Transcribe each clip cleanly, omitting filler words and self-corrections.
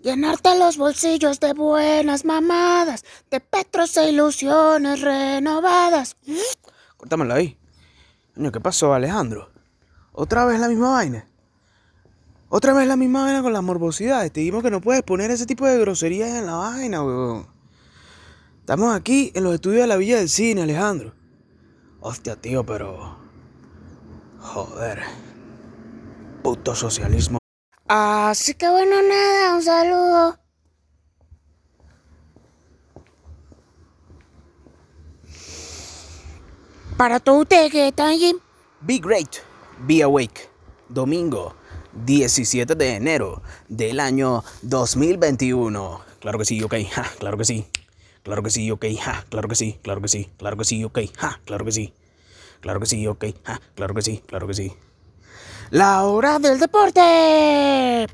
Llenarte los bolsillos de buenas mamadas, de petros e ilusiones renovadas. Córtamelo ahí. Coño, ¿qué pasó, Alejandro? ¿Otra vez la misma vaina? ¿Otra vez la misma vaina con las morbosidades? Te dijimos que no puedes poner ese tipo de groserías en la vaina, weón. Estamos aquí en los estudios de la Villa del Cine, Alejandro. Hostia, tío, pero... Joder. Puto socialismo. Así que bueno, nada, un saludo. Para todos ustedes que están allí. Be great, be awake. Domingo, 17 de enero del año 2021. Claro que sí, ok, ja, claro que sí. Claro que sí, ok, ja, claro que sí, claro que sí, claro que sí, ok, ja, claro que sí. Claro que sí, ok, ja, claro que sí, claro que sí. La hora del deporte.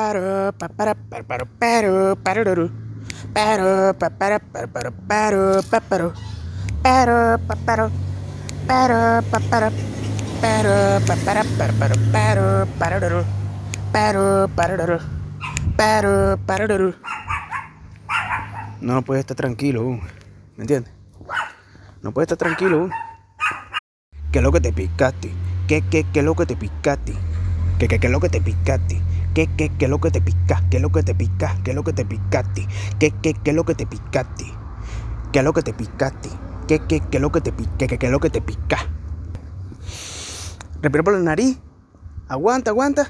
No puedes estar tranquilo, ¿me entiendes? No puedes estar tranquilo. ¿Qué es lo que te picaste? ¿Qué es lo que te picaste? ¿Qué es lo que te picaste? ¿Qué es lo que te pica? ¿Qué es lo que te pica? ¿Qué es lo que te picaste? ¿Qué es lo que te picaste? ¿Qué es lo que te picaste? ¿Qué es lo que te pica? ¿Qué es lo que te pica? Respira por la nariz. Aguanta.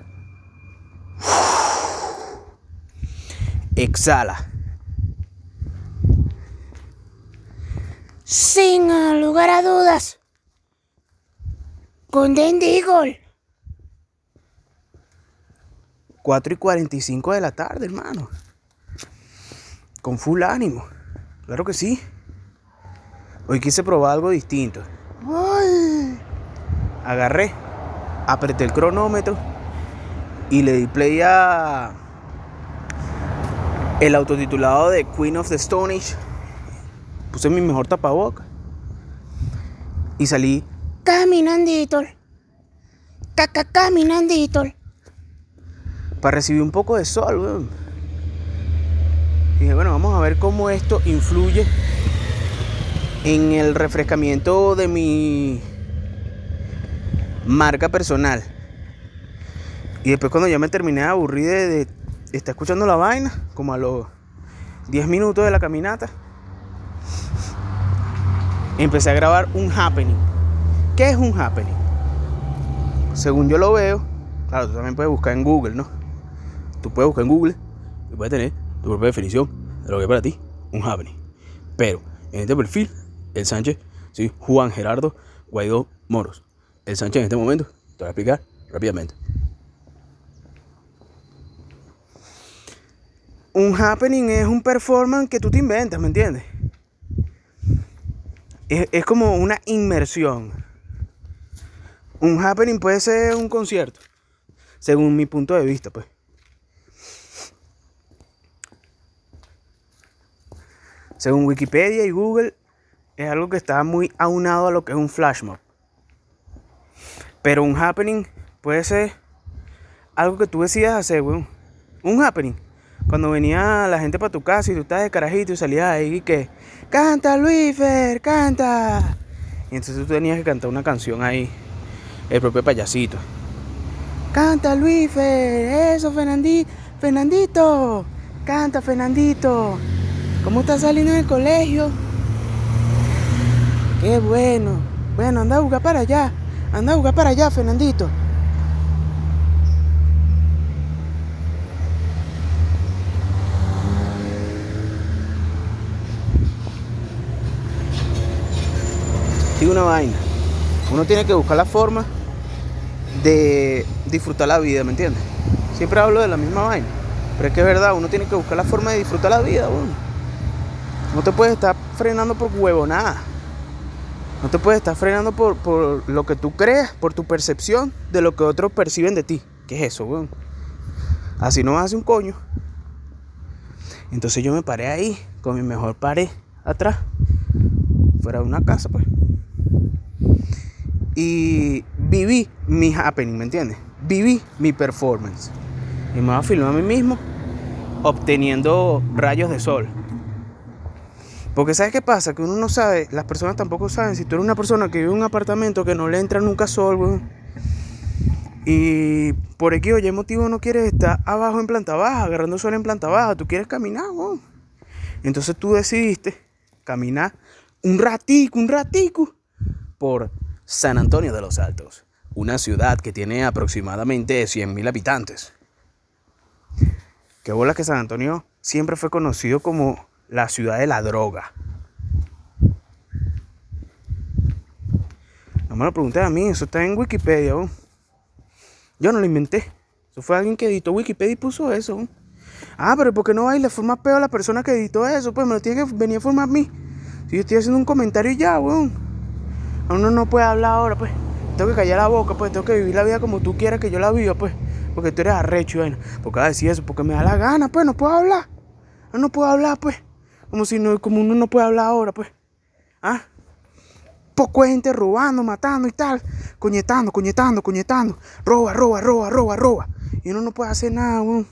Exhala. Sin lugar a dudas. Golden Eagle. 4:45 de la tarde, hermano. Con full ánimo. Claro que sí. Hoy quise probar algo distinto. Ay. Agarré, apreté el cronómetro y le di play a el autotitulado de Queen of the Stone Age. Puse mi mejor tapaboca y salí Caminandito. Caminandito. para recibir un poco de sol, weón. Y dije, bueno, vamos a ver cómo esto influye en el refrescamiento de mi marca personal. Y después cuando ya me terminé de aburrir de estar escuchando la vaina, como a los 10 minutos de la caminata, empecé a grabar un happening. ¿Qué es un happening? Según yo lo veo, claro, tú también puedes buscar en Google, ¿no? Tú puedes buscar en Google y puedes tener tu propia definición de lo que es para ti un happening. Pero en este perfil, el Sánchez, sí, Juan Gerardo Guaidó Moros. El Sánchez en este momento, te voy a explicar rápidamente. Un happening es un performance que tú te inventas, ¿me entiendes? Es como una inmersión. Un happening puede ser un concierto, según mi punto de vista, pues. Según Wikipedia y Google, es algo que está muy aunado a lo que es un flash mob. Pero un happening puede ser algo que tú decidas hacer, weón. Un happening. Cuando venía la gente para tu casa y tú estás de carajito y salías ahí y que... ¡Canta, Luisfer! ¡Canta! Y entonces tú tenías que cantar una canción ahí. El propio payasito. ¡Canta, Luisfer! ¡Eso, Fernandito! ¡Canta, Fernandito! ¿Cómo estás saliendo del colegio? ¡Qué bueno! Bueno, anda a jugar para allá. Anda a jugar para allá, Fernandito. Digo una vaina. Uno tiene que buscar la forma de disfrutar la vida, ¿me entiendes? Siempre hablo de la misma vaina. Pero es que es verdad, uno tiene que buscar la forma de disfrutar la vida, bueno. No te puedes estar frenando por huevonada. No te puedes estar frenando por lo que tú crees, por tu percepción de lo que otros perciben de ti. ¿Qué es eso, weón? Así no hace un coño. Entonces yo me paré ahí, con mi mejor pared atrás, fuera de una casa, pues. Y viví mi happening, ¿me entiendes? Viví mi performance. Y me voy a filmar a mí mismo obteniendo rayos de sol. Porque ¿sabes qué pasa? Que uno no sabe, las personas tampoco saben. Si tú eres una persona que vive en un apartamento que no le entra nunca sol, weón, y por X o Y motivo no quieres estar abajo en planta baja, agarrando sol en planta baja, tú quieres caminar, weón. Entonces tú decidiste caminar un ratico por San Antonio de los Altos, una ciudad que tiene aproximadamente 100.000 habitantes. Qué bola que San Antonio siempre fue conocido como la ciudad de la droga. No me lo preguntes a mí, eso está en Wikipedia, ¿no? Yo no lo inventé. Eso fue alguien que editó Wikipedia y puso eso, ¿no? Pero ¿por qué no va y le forma peo a la persona que editó eso? Pues me lo tiene que venir a formar a mí. Si yo estoy haciendo un comentario ya, weón. Uno no puede hablar ahora, pues. Tengo que callar la boca, pues. Tengo que vivir la vida como tú quieras que yo la viva, pues. Porque tú eres arrecho, bueno. Porque vas a decir eso, porque me da la gana, pues. No puedo hablar. No puedo hablar, pues. Como uno no puede hablar ahora, pues. Poco de gente robando, matando y tal. Coñetando. Roba. Y uno no puede hacer nada, weón.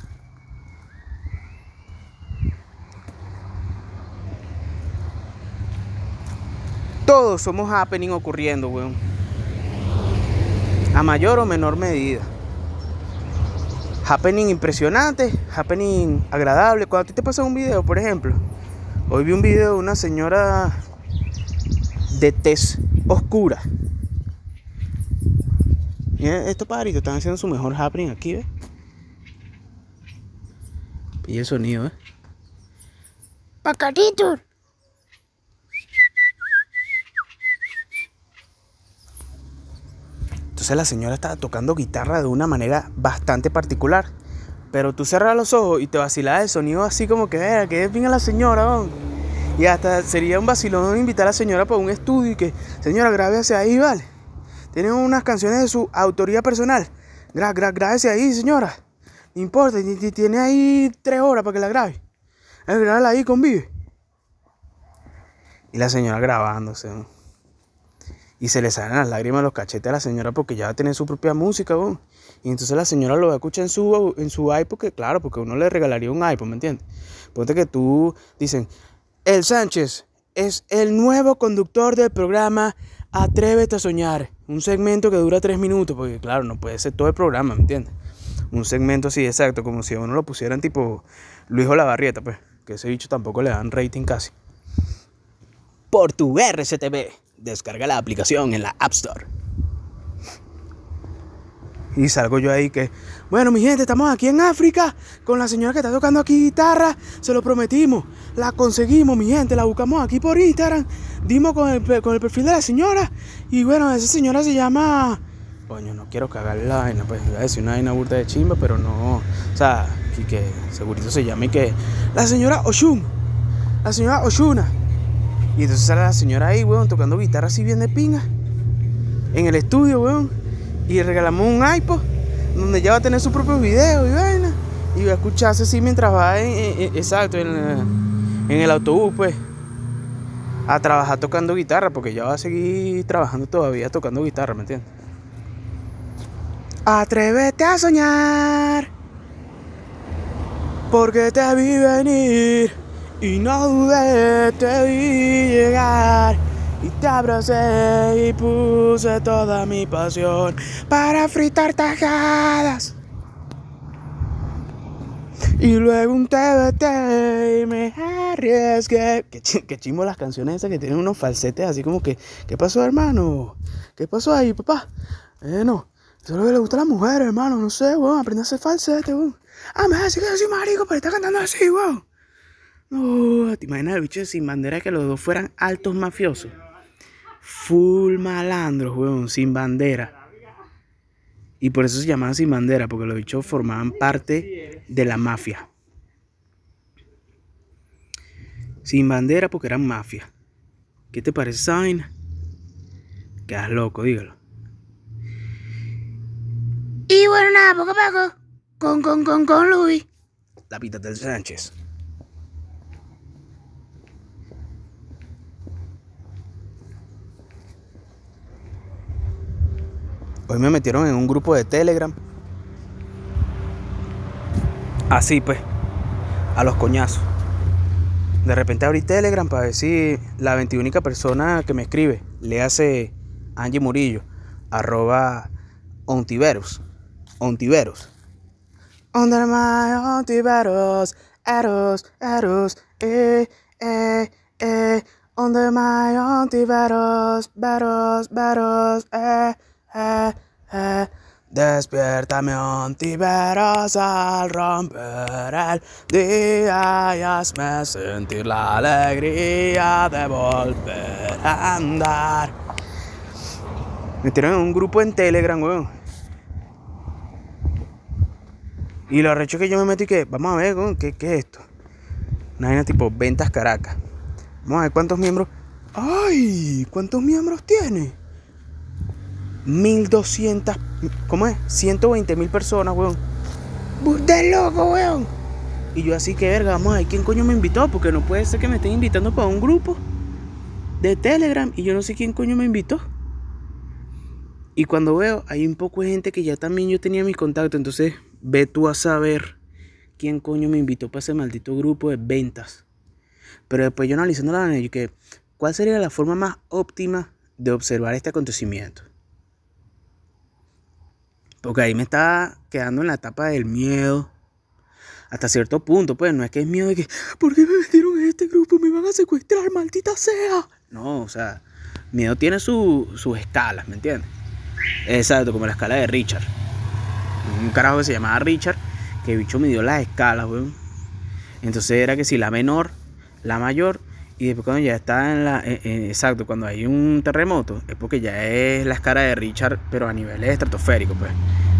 Todos somos happening ocurriendo, weón. A mayor o menor medida. Happening impresionante, happening agradable. Cuando a ti te pasa un video, por ejemplo. Hoy vi un video de una señora de tez oscura. Y estos pajaritos están haciendo su mejor happening aquí, ¿ves? Y el sonido, Pacarito. Entonces la señora estaba tocando guitarra de una manera bastante particular. Pero tú cerras los ojos y te vacilas el sonido así como que es bien a la señora, ¿no? Y hasta sería un vacilón invitar a la señora para un estudio y que, señora, grábese ahí, ¿vale? Tienen unas canciones de su autoría personal. Grábese ahí, señora. No importa, tiene ahí 3 horas para que la grabe. Grábala ahí, convive. Y la señora grabándose, ¿no? Y se le salen las lágrimas a los cachetes a la señora porque ya va a tener su propia música, ¿no? Y entonces la señora lo va a escuchar en su iPod, que claro, porque uno le regalaría un iPod, ¿me entiendes? Ponte que tú dicen, El Sánchez es el nuevo conductor del programa Atrévete a Soñar. Un segmento que dura 3 minutos, porque claro, no puede ser todo el programa, ¿me entiendes? Un segmento así, exacto, como si a uno lo pusieran tipo Luis Olavarrieta, pues, que ese bicho tampoco le dan rating casi. Por tu RCTV, descarga la aplicación en la App Store. Y salgo yo ahí que, bueno, mi gente, estamos aquí en África con la señora que está tocando aquí guitarra. Se lo prometimos, la conseguimos, mi gente, la buscamos aquí por Instagram. Dimos con el perfil de la señora. Y bueno, esa señora se llama... Coño, no quiero cagarle la vaina, pues iba a decir una vaina burda de chimba, pero no. O sea, que segurito se llama y que... La señora Oshun. La señora Oshuna. Y entonces sale la señora ahí, weón, tocando guitarra así bien de pinga. En el estudio, weón. Y regalamos un iPod donde ya va a tener sus propios videos y vaina. Y va a escucharse así mientras va exacto, en el autobús, pues. A trabajar tocando guitarra, porque ya va a seguir trabajando todavía tocando guitarra, ¿me entiendes? Atrévete a soñar, porque te vi venir y no dudé, te vi llegar. Y te abracé y puse toda mi pasión para fritar tajadas. Y luego un TBT y me arriesgué. Qué chimbo las canciones esas que tienen unos falsetes así como que... ¿Qué pasó, hermano? ¿Qué pasó ahí, papá? No, eso es lo que le gusta a las mujeres, hermano. No sé, weón, aprende a hacer falsete, weón. Me hace que yo soy marico, pero está cantando así, weón. No, ¿te imaginas el bicho de Sin Bandera que los dos fueran altos mafiosos? Full malandros, weón, sin bandera. Y por eso se llamaban Sin Bandera, porque los bichos formaban parte de la mafia. Sin bandera porque eran mafia. ¿Qué te parece esa vaina? Quedas loco, dígalo. Y bueno, nada, poco a poco, con Luis. La pita del Sánchez. Hoy me metieron en un grupo de Telegram. Así pues, a los coñazos. De repente abrí Telegram para ver si la 21ª persona que me escribe le hace Angie Murillo, @ontiveros. Under my ontiveros, eros, under my ontiveros, veros, Despiértame ontiveros al romper el día y hazme sentir la alegría de volver a andar. Me metieron en un grupo en Telegram, weón. Y lo arrecho que yo me metí que, vamos a ver, weón, ¿qué es esto? Una vaina tipo Ventas Caracas. Vamos a ver cuántos miembros. ¡Ay! ¿Cuántos miembros tiene? 1200, ¿cómo es? 120.000 personas, weón. ¡De loco, weón! Y yo así que verga, vamos a ver quién coño me invitó, porque no puede ser que me estén invitando para un grupo de Telegram y yo no sé quién coño me invitó. Y cuando veo, hay un poco de gente que ya también yo tenía mis contactos, entonces ve tú a saber quién coño me invitó para ese maldito grupo de ventas. Pero después yo analizando la vaina, yo que ¿cuál sería la forma más óptima de observar este acontecimiento? Porque ahí me estaba quedando en la etapa del miedo. Hasta cierto punto, pues, no es que es miedo de que ¿por qué me metieron en este grupo? Me van a secuestrar, maldita sea. No, o sea, miedo tiene sus escalas, ¿me entiendes? Exacto, como la escala de Richard. Un carajo que se llamaba Richard, que el bicho midió las escalas, weón. Entonces era que si la menor, la mayor, y después cuando ya está en la... exacto, cuando hay un terremoto, es porque ya es la escala de Richard, pero a niveles estratosféricos, pues.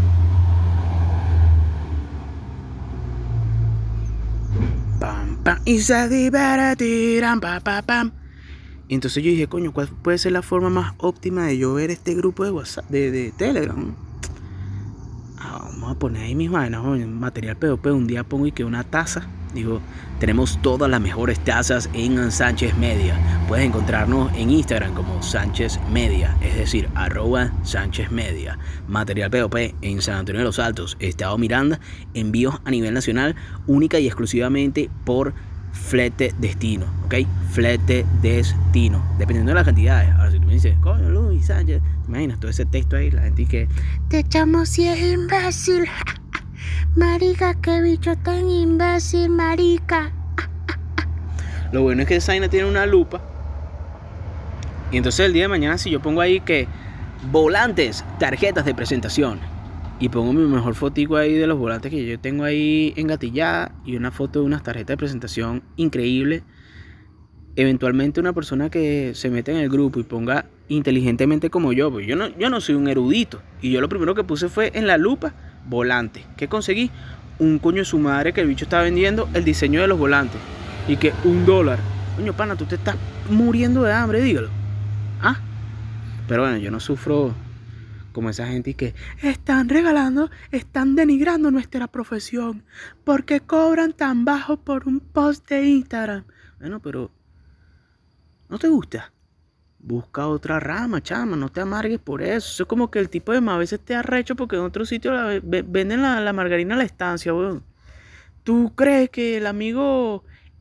Pam, pam, y se divertirán, pam, pam, pam. Y entonces yo dije, coño, ¿cuál puede ser la forma más óptima de yo ver este grupo de WhatsApp, de Telegram? Vamos a poner ahí mis vainas, material POP. Un día pongo y que una taza. Digo, tenemos todas las mejores tazas en Sánchez Media. Puedes encontrarnos en Instagram como Sánchez Media, es decir, @Sánchez Media. Material POP en San Antonio de los Altos, Estado Miranda. Envíos a nivel nacional, única y exclusivamente por flete destino, ¿ok? Flete destino, dependiendo de las cantidades. Ahora si tú me dices, coño Luis Sánchez, ¿te imaginas todo ese texto ahí? La gente dice, Te echamos si es imbécil. Marica, qué bicho tan imbécil, marica. Lo bueno es que esa vaina tiene una lupa. Y entonces el día de mañana si yo pongo ahí que volantes, tarjetas de presentación, y pongo mi mejor fotico ahí de los volantes que yo tengo ahí engatillada y una foto de unas tarjetas de presentación increíble, eventualmente una persona que se mete en el grupo y ponga inteligentemente como yo, pues yo no soy un erudito, y yo lo primero que puse fue en la lupa volante. ¿Qué conseguí? Un coño de su madre que el bicho estaba vendiendo el diseño de los volantes y que $1. Coño pana, tú te estás muriendo de hambre, dígalo. ¿Ah? Pero bueno, yo no sufro como esa gente y que están regalando, están denigrando nuestra profesión porque cobran tan bajo por un post de Instagram. Bueno, pero ¿no te gusta? Busca otra rama, chama, no te amargues por eso. Eso es como que el tipo de a veces te arrecho porque en otro sitio venden la margarina a la estancia, weón. ¿Tú crees que el amigo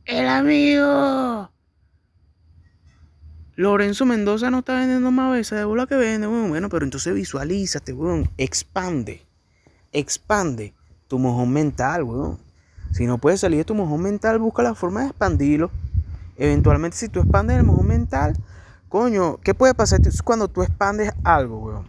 Lorenzo Mendoza no está vendiendo más veces de bola que vende, weón? Bueno, pero entonces visualízate, weón. Expande tu mojón mental, weón. Si no puedes salir de tu mojón mental, busca la forma de expandirlo. Eventualmente, si tú expandes el mojón mental, coño, ¿qué puede pasar cuando tú expandes algo, weón?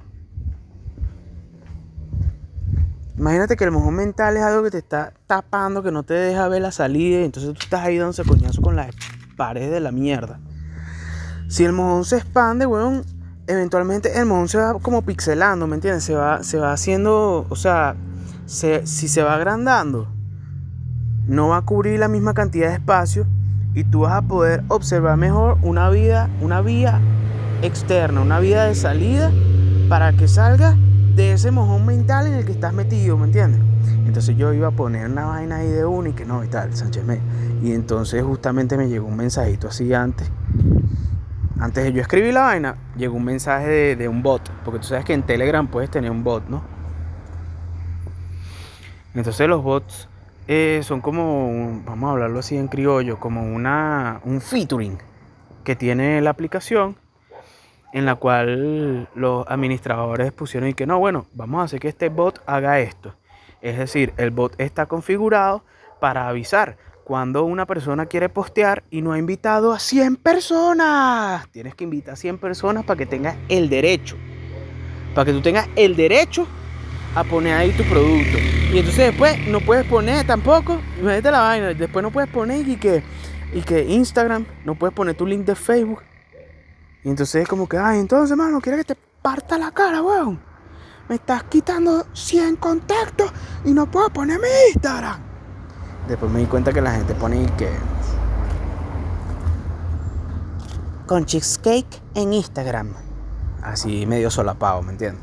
Imagínate que el mojón mental es algo que te está tapando, que no te deja ver la salida, y entonces tú estás ahí dándose coñazo con las paredes de la mierda. Si el mojón se expande, weón, eventualmente el mojón se va como pixelando, ¿me entiendes? Se va haciendo, o sea, si se va agrandando, no va a cubrir la misma cantidad de espacio y tú vas a poder observar mejor una vía externa, una vía de salida para que salga de ese mojón mental en el que estás metido, ¿me entiendes? Entonces yo iba a poner una vaina ahí de uno y que no, y tal, Sánchez Media. Y entonces justamente me llegó un mensajito así antes de yo escribir la vaina, llegó un mensaje de un bot, porque tú sabes que en Telegram puedes tener un bot, ¿no? Entonces los bots son como, vamos a hablarlo así en criollo, como un featuring que tiene la aplicación en la cual los administradores pusieron y que no, bueno, vamos a hacer que este bot haga esto. Es decir, el bot está configurado para avisar cuando una persona quiere postear y no ha invitado a 100 personas. Tienes que invitar a 100 personas para que tengas el derecho. Para que tú tengas el derecho a poner ahí tu producto. Y entonces después no puedes poner tampoco, imagínate la vaina, después no puedes poner y que Instagram, no puedes poner tu link de Facebook. Y entonces es como que, ay, entonces, mano, quiero que te parta la cara, weón. Me estás quitando 100 contactos y no puedo poner mi Instagram. Después me di cuenta que la gente pone y que con cheesecake en Instagram. Así medio solapado, ¿me entiendes?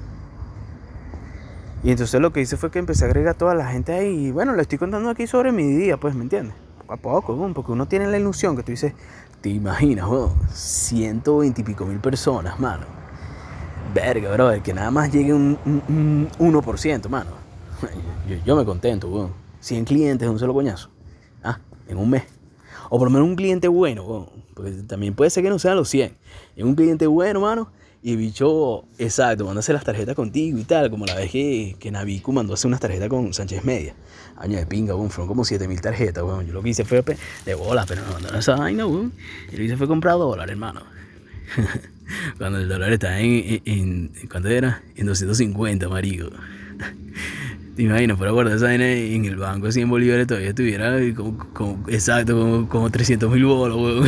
Y entonces lo que hice fue que empecé a agregar a toda la gente ahí. Y bueno, le estoy contando aquí sobre mi día, pues, ¿me entiendes? Poco a poco, ¿no? Porque uno tiene la ilusión que tú dices, te imaginas, ¿no? 120 y pico mil personas, mano. Verga, bro, que nada más llegue un 1%, mano. Yo me contento, weón. 100 clientes de un solo coñazo. En un mes. O por lo menos un cliente bueno, weón. Porque también puede ser que no sean los 100. Es un cliente bueno, mano. Y el bicho, exacto, manda a hacer las tarjetas contigo y tal. Como la vez que Naviku mandó a hacer unas tarjetas con Sánchez Media. Año de pinga, weón. Fueron como 7.000 tarjetas, weón. Yo lo que hice fue de bola, pero no mandaron esa vaina, weón. Yo lo que hice fue comprar $, hermano. Cuando el dólar está en ¿cuánto era? En 250, marico. Te imaginas, por guardar esa vaina en el banco, así en bolívares, todavía estuviera como 300.000 bolos, weón.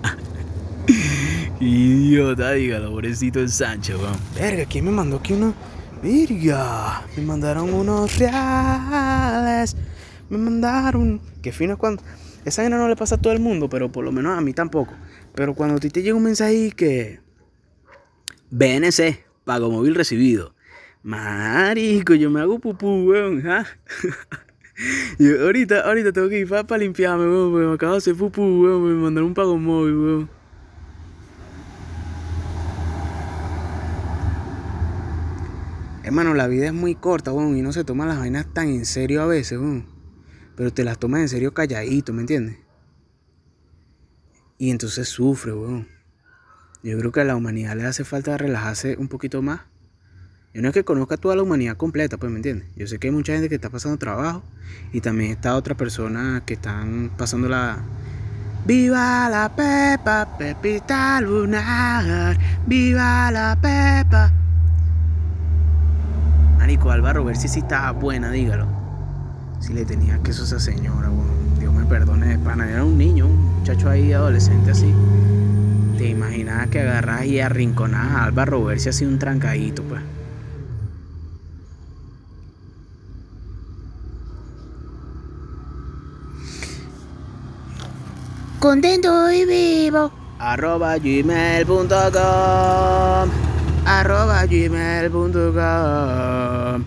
Idiota, dígalo, pobrecito el Sancho, weón. Verga, ¿quién me mandó aquí uno? Verga, me mandaron unos reales. Me mandaron. Qué fino es cuando. Esa vaina no le pasa a todo el mundo, pero por lo menos a mí tampoco. Pero cuando a ti te llega un mensaje que BNC, pago móvil recibido. Marico, yo me hago pupú, weón. Yo ahorita tengo que ir para limpiarme, weón, porque me acabo de hacer pupú, weón. Me mandaron un pago móvil, weón. Hermano, la vida es muy corta, weón, y no se toma las vainas tan en serio a veces, weón. Pero te las tomas en serio calladito, ¿me entiendes? Y entonces sufre, weón. Yo creo que a la humanidad le hace falta relajarse un poquito más. Yo no es que conozca a toda la humanidad completa, pues, ¿me entiendes? Yo sé que hay mucha gente que está pasando trabajo y también está otra persona que están pasando la... ¡Viva la Pepa, Pepita Lunar! ¡Viva la Pepa! Marico, Alba Robert sí estaba buena, dígalo. Si le tenía queso a esa señora, bueno, Dios me perdone de pana. Era un niño, un muchacho ahí adolescente así. Te imaginabas que agarras y arrinconabas a Alba Robert si hacía un trancadito, pues. Contento y vivo. @gmail.com @gmail.com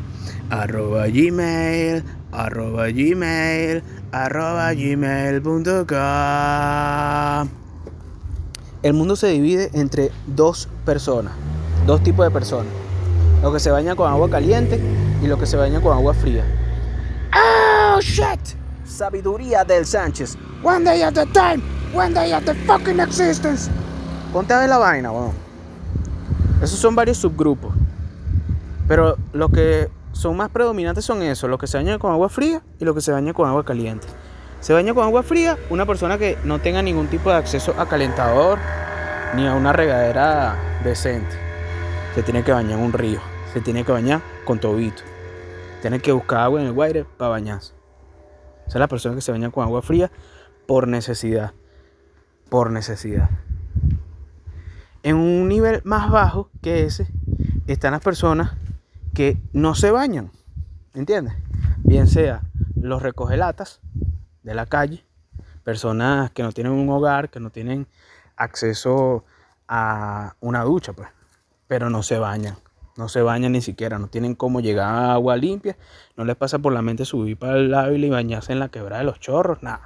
@gmail.com. El mundo se divide entre dos personas, dos tipos de personas. Los que se bañan con agua caliente y los que se bañan con agua fría. Oh shit! Sabiduría del Sánchez. One day at a time. One day at the fucking existence. Ponte a ver la vaina, weón. Esos son varios subgrupos. Pero los que son más predominantes son esos, los que se bañan con agua fría y los que se bañan con agua caliente. Se baña con agua fría una persona que no tenga ningún tipo de acceso a calentador ni a una regadera decente. Se tiene que bañar en un río. Se tiene que bañar con tobito. Tiene que buscar agua en el Guaire para bañarse. Esa es la persona que se baña con agua fría por necesidad. Por necesidad. En un nivel más bajo que ese están las personas que no se bañan. ¿Entiendes? Bien sea los recogelatas de la calle, personas que no tienen un hogar, que no tienen acceso a una ducha, pues, pero no se bañan ni siquiera, no tienen cómo llegar a agua limpia, no les pasa por la mente subir para el Ávila y bañarse en la quebrada de los Chorros, nada.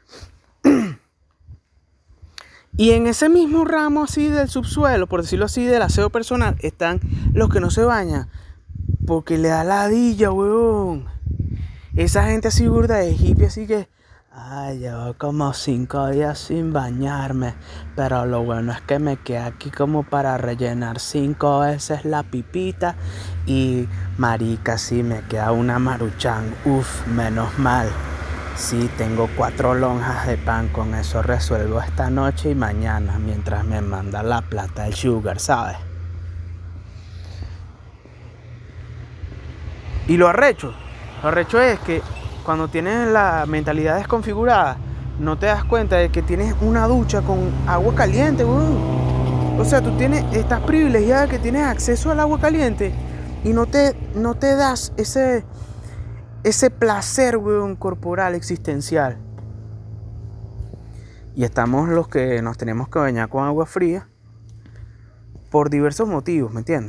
Y en ese mismo ramo así del subsuelo, por decirlo así, del aseo personal, están los que no se bañan porque le da ladilla, huevón. Esa gente así burda de hippie, así que... Ay, llevo como 5 días sin bañarme, pero lo bueno es que me quedé aquí como para rellenar 5 veces la pipita y marica, sí, me queda una Maruchan, uf, menos mal. Sí, tengo 4 lonjas de pan, con eso resuelvo esta noche y mañana, mientras me manda la plata el sugar, ¿sabes? Y lo arrecho es que cuando tienes la mentalidad desconfigurada, no te das cuenta de que tienes una ducha con agua caliente, weón. O sea, estás privilegiada de que tienes acceso al agua caliente y no te das ese placer, weón, corporal, existencial. Y estamos los que nos tenemos que bañar con agua fría por diversos motivos, ¿me entiendes?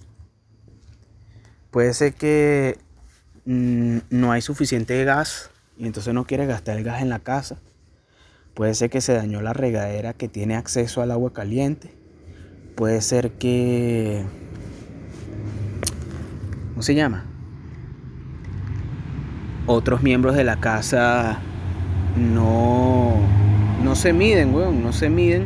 Puede ser que no hay suficiente gas y entonces no quieres gastar el gas en la casa. Puede ser que se dañó la regadera que tiene acceso al agua caliente. Puede ser que... ¿Cómo se llama? Otros miembros de la casa no se miden, weón, no se miden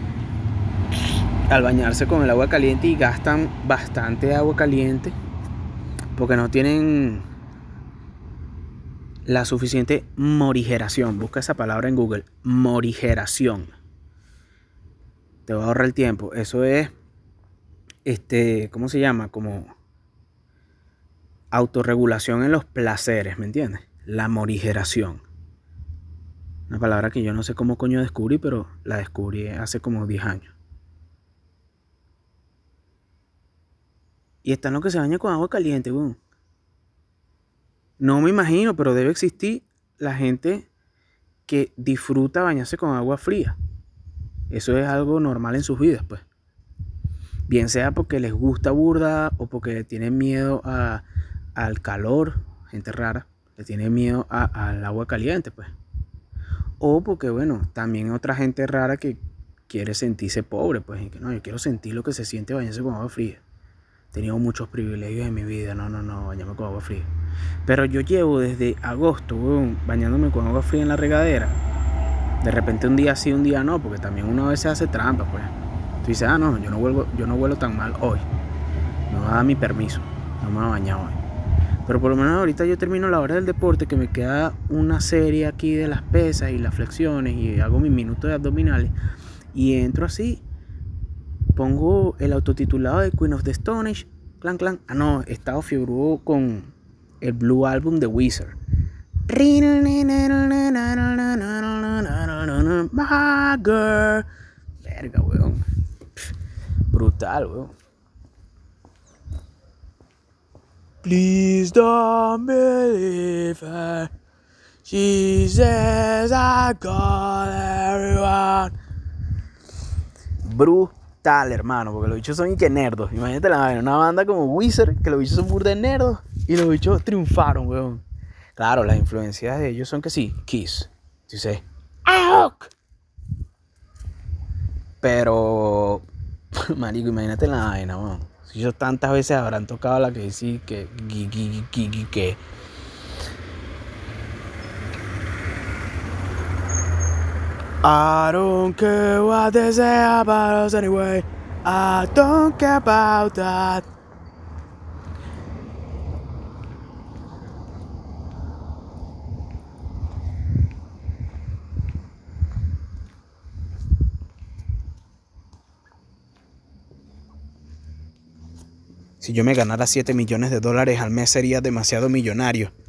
al bañarse con el agua caliente y gastan bastante agua caliente porque no tienen la suficiente morigeración. Busca esa palabra en Google, morigeración. Te va a ahorrar el tiempo. Eso es, ¿cómo se llama? Como autorregulación en los placeres, ¿me entiendes? La morigeración. Una palabra que yo no sé cómo coño descubrí, pero la descubrí hace como 10 años. Y están los que se bañan con agua caliente, weón. No me imagino, pero debe existir la gente que disfruta bañarse con agua fría. Eso es algo normal en sus vidas, pues. Bien sea porque les gusta burda o porque tienen miedo al calor, gente rara, le tiene miedo al agua caliente, pues. O porque, bueno, también otra gente rara que quiere sentirse pobre, pues. Y que no, yo quiero sentir lo que se siente bañarse con agua fría. He tenido muchos privilegios en mi vida, no, bañarme con agua fría. Pero yo llevo desde agosto, weón, bañándome con agua fría en la regadera. De repente un día sí, un día no, porque también uno a veces hace trampa, pues. Tú dices, no, yo no huelo tan mal hoy. Me va a dar mi permiso, no me voy a bañar hoy. Pero por lo menos ahorita yo termino la hora del deporte, que me queda una serie aquí de las pesas y las flexiones y hago mis minutos de abdominales. Y entro así, pongo el autotitulado de Queen of the Stone Age, clan. Ah, no, he estado fiebrúo con el Blue Album de Weezer. My girl. Verga, weón. Brutal, weón. Please don't believe her. She says I got everyone. Brutal, hermano, porque los bichos son y que nerdos. Imagínate la vaina, una banda como Weezer, que los bichos son burda de nerdos y los bichos triunfaron, weón. Claro, las influencias de ellos son que sí, Kiss, dice, ¡Auk! Pero, marico, imagínate la vaina, weón. Ellos tantas veces habrán tocado la que sí, que I don't care what they say about us anyway. I don't care about that. Si yo me ganara $7 millones al mes sería demasiado millonario.